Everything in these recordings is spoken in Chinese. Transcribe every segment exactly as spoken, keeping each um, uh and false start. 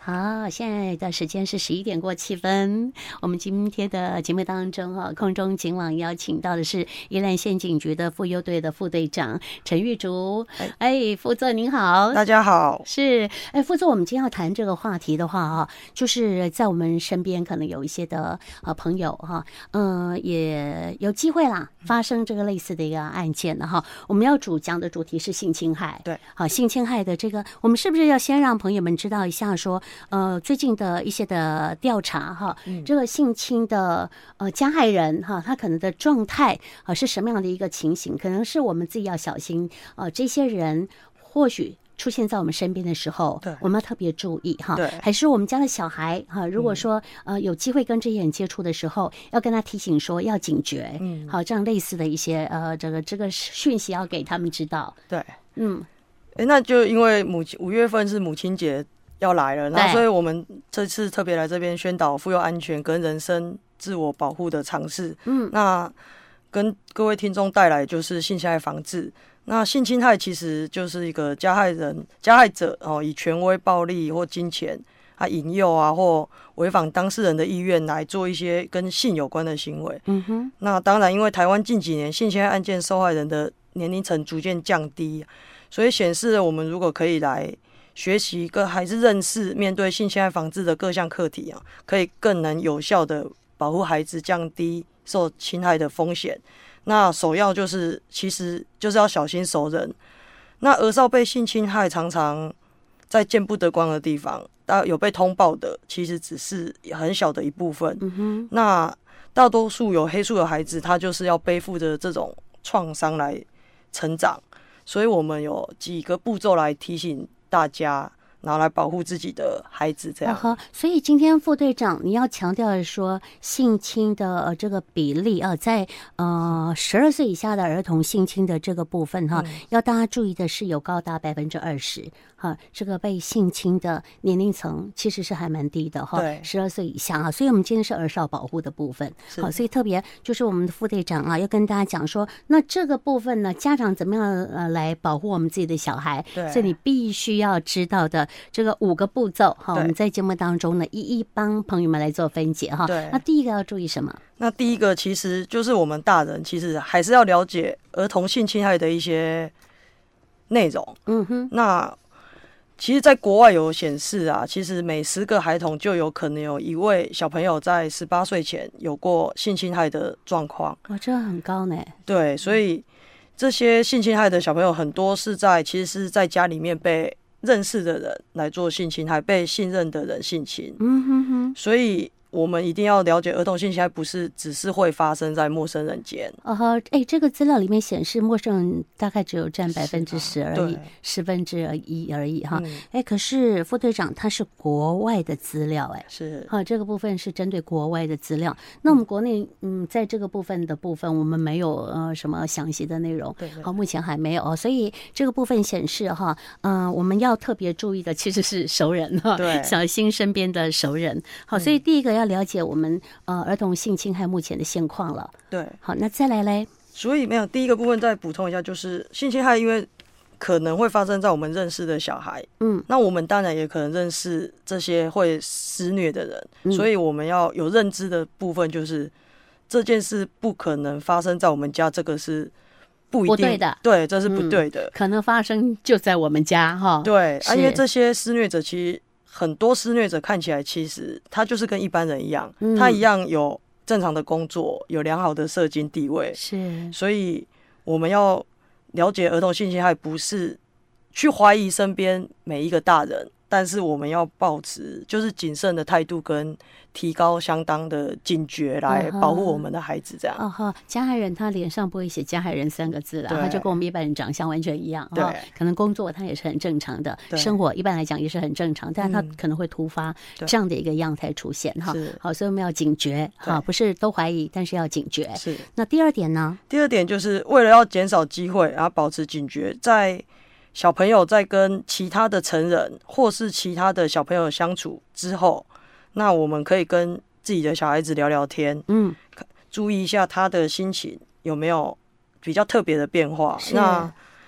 好，现在的时间是十一点过七分。我们今天的节目当中啊，空中警网邀请到的是宜兰县警局的妇幼队的副队长陈玉竹。哎，副座您好。 大家好。 是，哎，副座，我们今天要谈这个话题的话啊，就是在我们身边可能有一些的呃朋友哈，嗯、呃，也有机会啦，发生这个类似的一个案件的哈。我们要主讲的主题是性侵害。 对， 好，性侵害的这个，我们是不是要先让朋友们知道一下说？呃，最近的一些的调查哈，嗯、这个性侵的呃加害人哈，他可能的状态啊、呃、是什么样的一个情形？可能是我们自己要小心呃，这些人或许出现在我们身边的时候，我们要特别注意哈。还是我们家的小孩哈，如果说呃有机会跟这些人接触的时候，要跟他提醒说要警觉，嗯，好，这样类似的一些呃这个这个讯息要给他们知道。 对， 嗯， 哎，那就因为母亲五月份是母亲节。要来了，那所以我们这次特别来这边宣导妇幼安全跟人身自我保护的尝试。嗯，那跟各位听众带来就是性侵害防治。那性侵害其实就是一个加害人、加害者哦，以权威、暴力或金钱啊引诱啊，或违反当事人的意愿来做一些跟性有关的行为。嗯哼。那当然，因为台湾近几年性侵害案件受害人的年龄层逐渐降低，所以显示了我们如果可以来学习跟还是认识面对性侵害防治的各项课题啊，可以更能有效的保护孩子，降低受侵害的风险。那首要就是其实就是要小心熟人。那儿少被性侵害常常在见不得光的地方，有被通报的其实只是很小的一部分。嗯哼。那大多数有黑数的孩子，他就是要背负着这种创伤来成长，所以我们有几个步骤来提醒大家，然后来保护自己的孩子，这样。 uh-huh, 所以今天副队长你要强调的说，性侵的、呃、这个比例啊，在呃十二岁以下的儿童性侵的这个部分哈、嗯，要大家注意的是有高达百分之二十哈，这个被性侵的年龄层其实是还蛮低的哈，十二岁以下啊，所以我们今天是儿少保护的部分，好，所以特别就是我们的副队长啊，要跟大家讲说，那这个部分呢，家长怎么样呃来保护我们自己的小孩？所以你必须要知道的。这个五个步骤哈，我们在节目当中呢，一一帮朋友们来做分解哈。对，那第一个要注意什么？ 那第一个其实就是我们大人其实还是要了解儿童性侵害的一些内容。嗯哼。那其实，在国外有显示啊，其实每十个孩童就有可能有一位小朋友在十八岁前有过性侵害的状况。 哇，这很高呢。 对，所以这些性侵害的小朋友很多是在其实是在家里面被认识的人来做性侵害，被信任的人性侵。嗯哼哼，所以我们一定要了解，儿童性侵害不是只是会发生在陌生人间。 哦，哎，这个资料里面显示，陌生人大概只有占百分之十而已，十分之一而已哈。哎、嗯，可是副队长他是国外的资料，哎， 是哈，这个部分是针对国外的资料。那我们国内，嗯，在这个部分的部分，我们没有呃什么详细的内容，对，好，目前还没有，所以这个部分显示哈，嗯、呃，我们要特别注意的其实是熟人哈，对，小心身边的熟人。好，所以第一个要了解我们呃儿童性侵害目前的现况了。 对， 好，那再来嘞。 所以没有第一个部分再补充一下，就是性侵害，因为可能会发生在我们认识的小孩，嗯，那我们当然也可能认识这些会施虐的人，嗯、所以我们要有认知的部分，就是这件事不可能发生在我们家，这个是不一定不对的， 对，这是不对的，嗯、 可能发生就在我们家哈。 对，啊，因为这些施虐者其实。很多施虐者看起来其实他就是跟一般人一样，嗯、他一样有正常的工作，有良好的社经地位， 是， 所以我们要了解儿童性侵害不是去怀疑身边每一个大人，但是我们要抱持就是谨慎的态度跟提高相当的警觉来保护我们的孩子，这样。 哦哈，加害人他脸上不会写加害人三个字啦，他就跟我们一般人长相完全一样。对、哦，可能工作他也是很正常的，生活一般来讲也是很正常，但他可能会突发这样的一个样态出现哈、嗯。好，所以我们要警觉哈，不是都怀疑，但是要警觉。是。那第二点呢？ 第二点就是为了要减少机会，然后保持警觉，在小朋友在跟其他的成人或是其他的小朋友相处之后。那我们可以跟自己的小孩子聊聊天，嗯，注意一下他的心情有没有比较特别的变化。那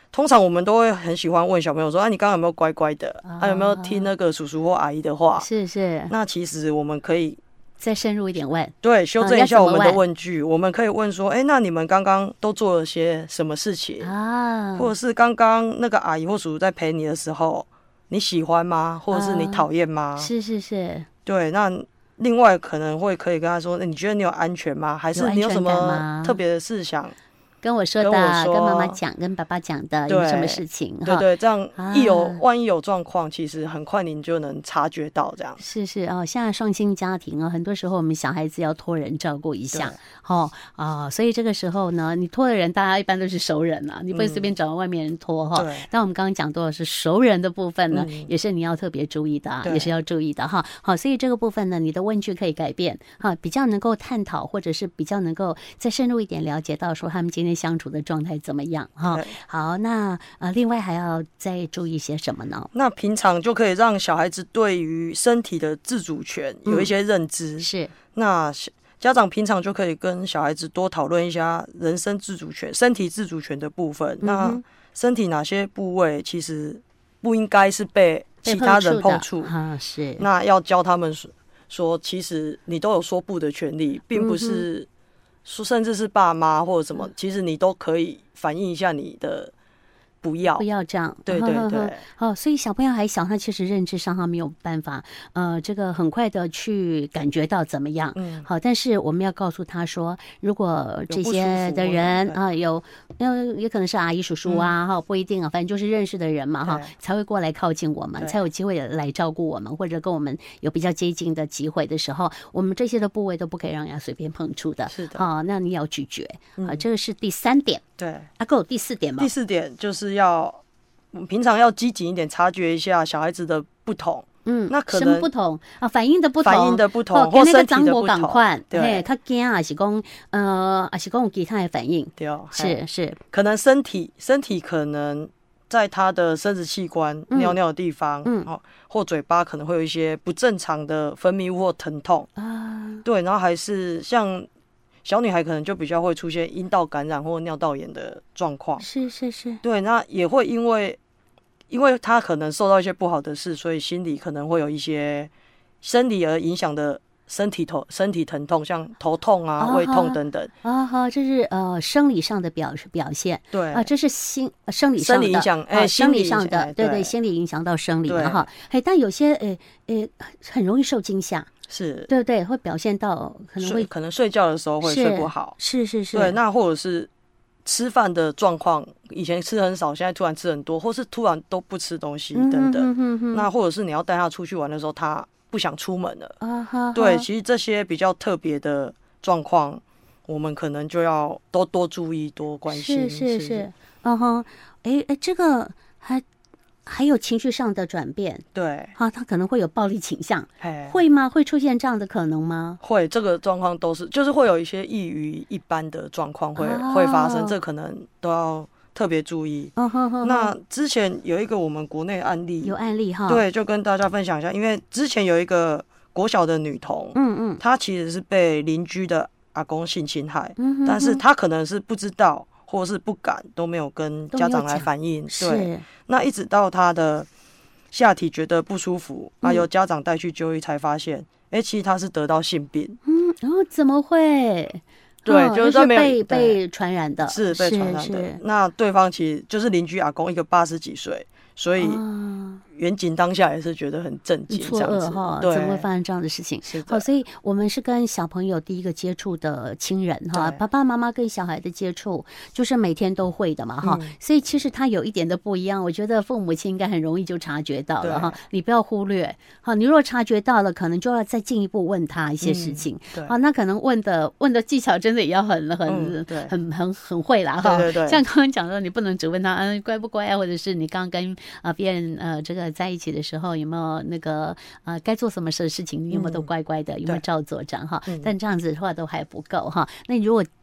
通常我们都会很喜欢问小朋友说：“啊，你刚刚有没有乖乖的？啊，有没有听那个叔叔或阿姨的话？” 是是。 那其实我们可以再深入一点问， 对，修正一下我们的问句。我们可以问说：“哎，那你们刚刚都做了些什么事情啊？或者是刚刚那个阿姨或叔叔在陪你的时候，你喜欢吗？或者是你讨厌吗？” 是是是。 对，那另外可能会可以跟他说：“你觉得你有安全吗？还是你有什么特别的事想？” 跟我说的，跟妈妈讲，跟爸爸讲的，有什么事情？ 对对，这样一有、啊、万一有状况，其实很快您就能察觉到。这样是是哦，现在双薪家庭啊，很多时候我们小孩子要托人照顾一下，哦啊、呃，所以这个时候呢，你托的人，大家一般都是熟人啊，你不会随便找外面人托哈。嗯、但我们刚刚讲到的是熟人的部分呢，嗯、也是你要特别注意的、啊，也是要注意的哈。好，所以这个部分呢，你的问句可以改变哈，比较能够探讨，或者是比较能够再深入一点了解到说他们今天相处的状态怎么样哈？好，那呃，另外还要再注意些什么呢？ 那平常就可以让小孩子对于身体的自主权有一些认知。嗯、 是， 那家长平常就可以跟小孩子多讨论一下人身自主权、身体自主权的部分。嗯、那身体哪些部位其实不应该是被其他人碰触啊？是， 那要教他们说，说其实你都有说不的权利，并不是。嗯甚至是爸妈或者什么，其实你都可以反映一下你的不要不要这样， 对对对。 哦，所以小朋友还小，他其实认知上他没有办法，呃，这个很快的去感觉到怎么样。嗯，好，但是我们要告诉他说，如果这些的人啊，有，呃，也可能是阿姨叔叔啊，哈、嗯，不一定啊，反正就是认识的人嘛，哈，才会过来靠近我们，才有机会来照顾我们，或者跟我们有比较接近的机会的时候，我们这些的部位都不可以让人家随便碰触的。 是的， 好，那你要咀嚼。啊，这个是第三点。 对， 啊，够第四点吗？ 第四点就是要，我们平常要积极一点，察觉一下小孩子的不同。嗯，那可能什么不同啊？反应的不同， 反应的不同，哦、或身体的不同。 对，他惊啊，是讲呃，还是讲有其他的反应。 对哦， 是是， 可能身体身体可能在他的生殖器官、嗯、尿尿的地方，嗯，哦，或嘴巴可能会有一些不正常的分泌物或疼痛啊。对，然后还是像。小女孩可能就比较会出现阴道感染或尿道炎的状况， 是是是， 对，那也会因为，因为她可能受到一些不好的事，所以心里可能会有一些生理而影响的身体头身体疼痛，像头痛啊、胃痛等等。 啊哈，这是呃生理上的表表现， 对啊，这是心生理上的生理影响，哎、 欸，生理上的， 欸、 对 对, 对，心理影响到生理了哈。哎，但有些诶诶、欸欸、很容易受惊吓。 是， 对对，会表现到可能会可能睡觉的时候会睡不好， 是是 是, 是， 对，那或者是吃饭的状况，以前吃很少，现在突然吃很多，或是突然都不吃东西等等。嗯、哼哼哼那或者是你要带他出去玩的时候，他不想出门了。啊、哈哈对，其实这些比较特别的状况，我们可能就要多多注意、多关心。 是是是，嗯哼，哎哎，这个还。还有情绪上的转变， 对， 啊，他可能会有暴力倾向，会吗？会出现这样的可能吗？ 会，这个状况都是，就是会有一些异于一般的状况会、哦、会发生，这可能都要特别注意。哦、呵呵呵那之前有一个我们国内案例， 有案例哈， 对，就跟大家分享一下，因为之前有一个国小的女童，嗯嗯，她其实是被邻居的阿公性侵害，嗯哼哼但是她可能是不知道。或是不敢都没有跟家长来反映，对，那一直到他的下体觉得不舒服，啊、嗯，由家长带去就医才发现，哎、欸，其实他是得到性病， 嗯，然后怎么会？ 对， 哦、 就是被被传染的， 是被传染的。那对方其实就是邻居阿公，一个八十几岁，所以远景当下也是觉得很震惊， 错愕哈，怎么会发生这样的事情？好，所以我们是跟小朋友第一个接触的亲人哈，爸爸妈妈跟小孩的接触就是每天都会的嘛哈，嗯、所以其实他有一点的不一样，我觉得父母亲应该很容易就察觉到了哈，你不要忽略好，你如果察觉到了，可能就要再进一步问他一些事情，嗯、对，好，那可能问的问的技巧真的也要很很、嗯、很很很会啦哈， 对对对， 像刚刚讲的，你不能只问他嗯、啊、乖不乖啊，或者是你刚跟啊别人呃这个在一起的时候有没有那个呃该做什么事情，你有没有都乖乖的，嗯、有没有照做这样哈？嗯、但这样子的话都还不够哈。那你如果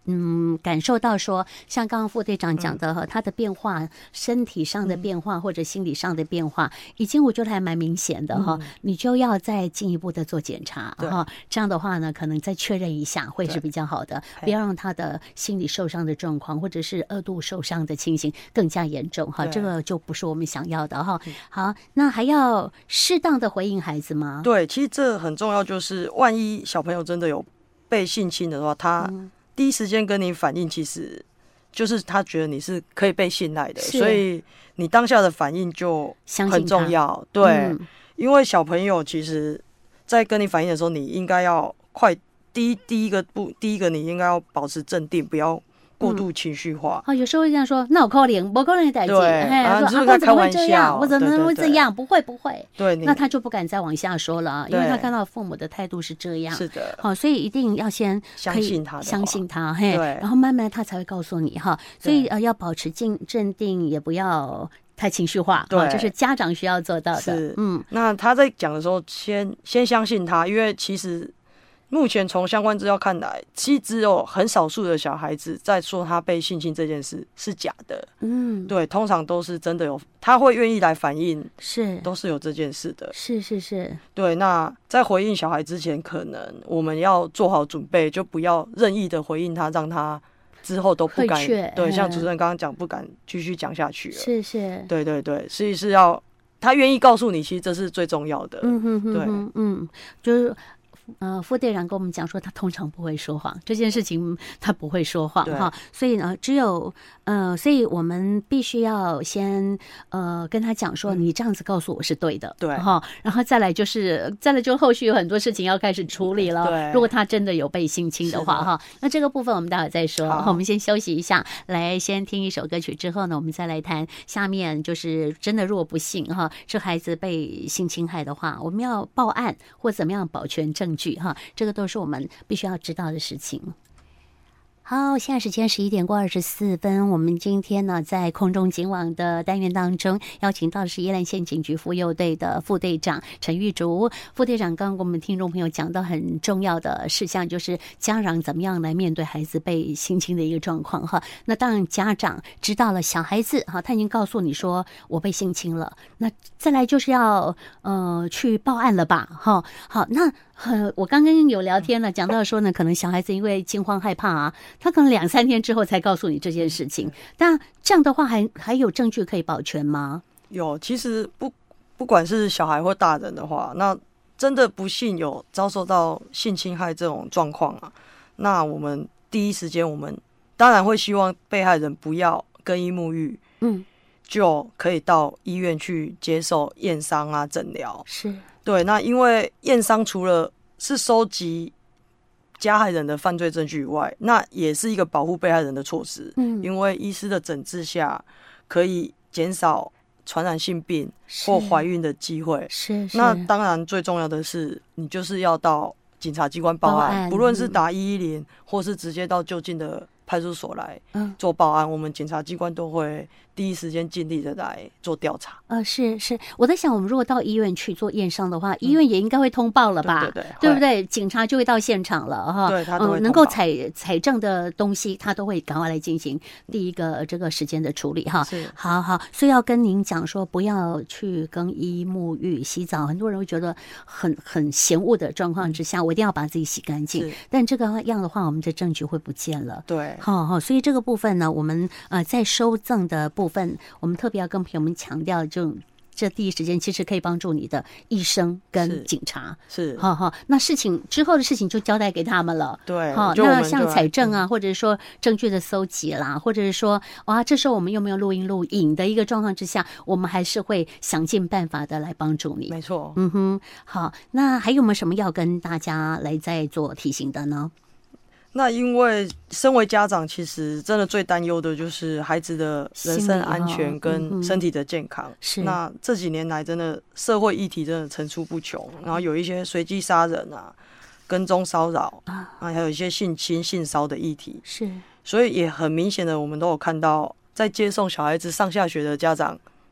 嗯感受到说，像刚刚副队长讲的哈，他的变化，身体上的变化或者心理上的变化，已经我觉得还蛮明显的哈。你就要再进一步的做检查哈，这样的话呢，可能再确认一下会是比较好的，不要让他的心理受伤的状况或者是二度受伤的情形更加严重哈，这个就不是我们想要的哈。好，那还要适当的回应孩子吗？ 对，其实这很重要，就是万一小朋友真的有被性侵的话，他第一时间跟你反应，其实就是他觉得你是可以被信赖的，所以你当下的反应就很重要。对、嗯，因为小朋友其实在跟你反应的时候，你应该要快第一第一个步，第一个你应该要保持镇定，不要过度情绪化。 嗯、有时候会这样说，那我可能，我可能代志， 哎， 说啊，他怎么会这样？我怎么会这样？不会不会， 对， 那他就不敢再往下说了，因为他看到父母的态度是这样。 是的， 好，所以一定要先相信他， 相信他，嘿，然后慢慢他才会告诉你哈。所以呃，要保持静镇定，也不要太情绪化，对，这是家长需要做到的。 是，嗯，那他在讲的时候，先先相信他，因为其实目前从相关资料看来，其实只有很少数的小孩子在说他被性侵这件事是假的。嗯，对，通常都是真的有，他会愿意来反映， 是都是有这件事的。 是是是， 对。那在回应小孩之前，可能我们要做好准备，就不要任意的回应他，让他之后都不敢。对，像主持人刚刚讲，不敢继续讲下去了。是是，对对对，所以是要他愿意告诉你，其实这是最重要的。嗯哼哼哼， 对，嗯，就是。呃，副队长跟我们讲说，他通常不会说谎，这件事情他不会说谎哈，所以呢，只有呃，所以我们必须要先呃跟他讲说，你这样子告诉我是对的，对哈，然后再来就是再来就后续有很多事情要开始处理了。对，如果他真的有被性侵的话哈，那这个部分我们待会再说，我们先休息一下，来先听一首歌曲之后呢，我们再来谈下面就是真的如果不幸哈，是孩子被性侵害的话，我们要报案或怎么样保全证据。哈，这个都是我们必须要知道的事情。好，现在时间十一点过二十四分。我们今天呢，在空中警网的单元当中，邀请到的是宜兰县警局妇幼队的副队长陈玉竹副队长。刚刚跟我们听众朋友讲到很重要的事项，就是家长怎么样来面对孩子被性侵的一个状况哈。那当然，家长知道了小孩子哈，他已经告诉你说我被性侵了，那再来就是要呃去报案了吧？哈，好，那。呃，我刚刚有聊天了，讲到说呢，可能小孩子因为惊慌害怕啊，他可能两三天之后才告诉你这件事情。但这样的话还，还还有证据可以保全吗？ 有，其实不不管是小孩或大人的话，那真的不幸有遭受到性侵害这种状况啊，那我们第一时间，我们当然会希望被害人不要更衣沐浴，嗯，就可以到医院去接受验伤啊、诊疗。是。对，那因为验伤除了是收集加害人的犯罪证据以外，那也是一个保护被害人的措施。嗯，因为医师的诊治下，可以减少传染性病或怀孕的机会。是，是。那当然最重要的是，你就是要到警察机关报案，报案不论是打一一零，或是直接到就近的派出所来做报案，嗯、我们检察机关都会第一时间尽力的来做调查。 呃，是是，我在想，我们如果到医院去做验伤的话，嗯、医院也应该会通报了吧？对对对，对不对？警察就会到现场了哈。对，他都会、嗯、能够采采证的东西，他都会赶快来进行第一个这个时间的处理哈。是，好好，所以要跟您讲说，不要去更衣、沐浴、洗澡。很多人会觉得很很嫌恶的状况之下，我一定要把自己洗干净。但这个样的话，我们的证据会不见了。对，好好，所以这个部分呢，我们呃在收证的部分，我们特别要跟朋友们强调，就这第一时间其实可以帮助你的医生跟警察。是，好好，那事情之后的事情就交代给他们了。对，好，那像采证啊，或者是说证据的搜集啦，或者是说哇，这时候我们有没有录音录影的一个状况之下，我们还是会想尽办法的来帮助你。没错，嗯哼，好，那还有没有什么要跟大家来再做提醒的呢？ 那因为身为家长，其实真的最担忧的就是孩子的人身安全跟身体的健康。是、嗯、那这几年来，真的社会议题真的层出不穷，然后有一些随机杀人啊、跟踪骚扰啊，还有一些性侵、性骚的议题。是，所以也很明显的，我们都有看到，在接送小孩子上下学的家长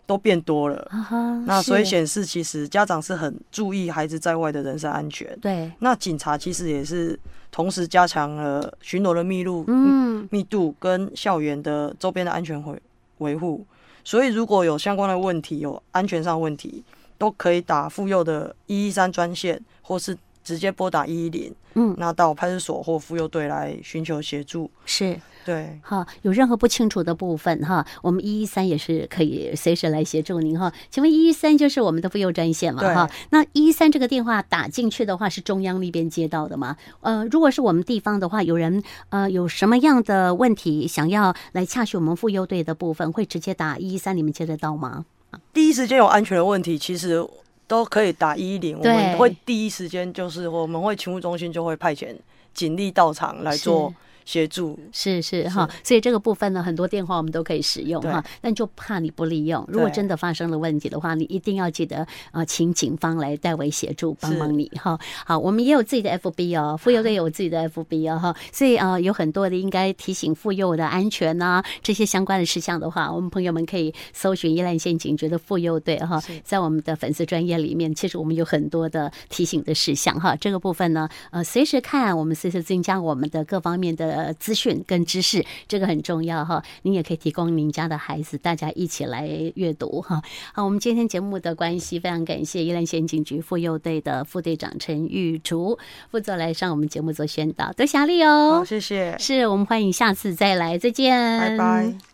都变多了， 啊、 那所以显示其实家长是很注意孩子在外的人身安全。 对， 那警察其实也是同时加强了巡逻的密度、 嗯、 密度跟校园的周边的安全维维护。所以如果有相关的问题，有安全上的问题，都可以打妇幼的一一三专线，或是直接拨打一一零，嗯，那到派出所或妇幼队来寻求协助。 是。 对， 哈，有任何不清楚的部分哈，我们一一三也是可以随时来协助您哈。请问一一三就是我们的妇幼专线嘛哈？那一一三这个电话打进去的话是中央那边接到的吗？呃，如果是我们地方的话，有人呃有什么样的问题想要来洽询我们妇幼队的部分，会直接打一一三，你们接得到吗？ 第一时间有安全的问题，其实都可以打一一零，我们会第一时间就是我们会勤务中心就会派遣警力到场来做协助。 是是哈，所以这个部分呢，很多电话我们都可以使用哈，但就怕你不利用。如果真的发生了问题的话，你一定要记得呃，请警方来代为协助帮忙你哈。好，我们也有自己的 F B 哦，妇幼队有自己的 F B 哦哈，所以呃有很多的应该提醒妇幼的安全啊这些相关的事项的话，我们朋友们可以搜寻宜兰县警局的妇幼队哈，在我们的粉丝专页里面，其实我们有很多的提醒的事项哈。这个部分呢，呃，随时看，我们随时增加我们的各方面的呃，资讯跟知识，这个很重要哈。您也可以提供您家的孩子，大家一起来阅读哈。好，我们今天节目的关系，非常感谢宜兰县警局妇幼队的副队长陈玉竹副座来上我们节目做宣导，多谢力哦。 好，谢谢。 是我们欢迎下次再来，再见， 拜拜。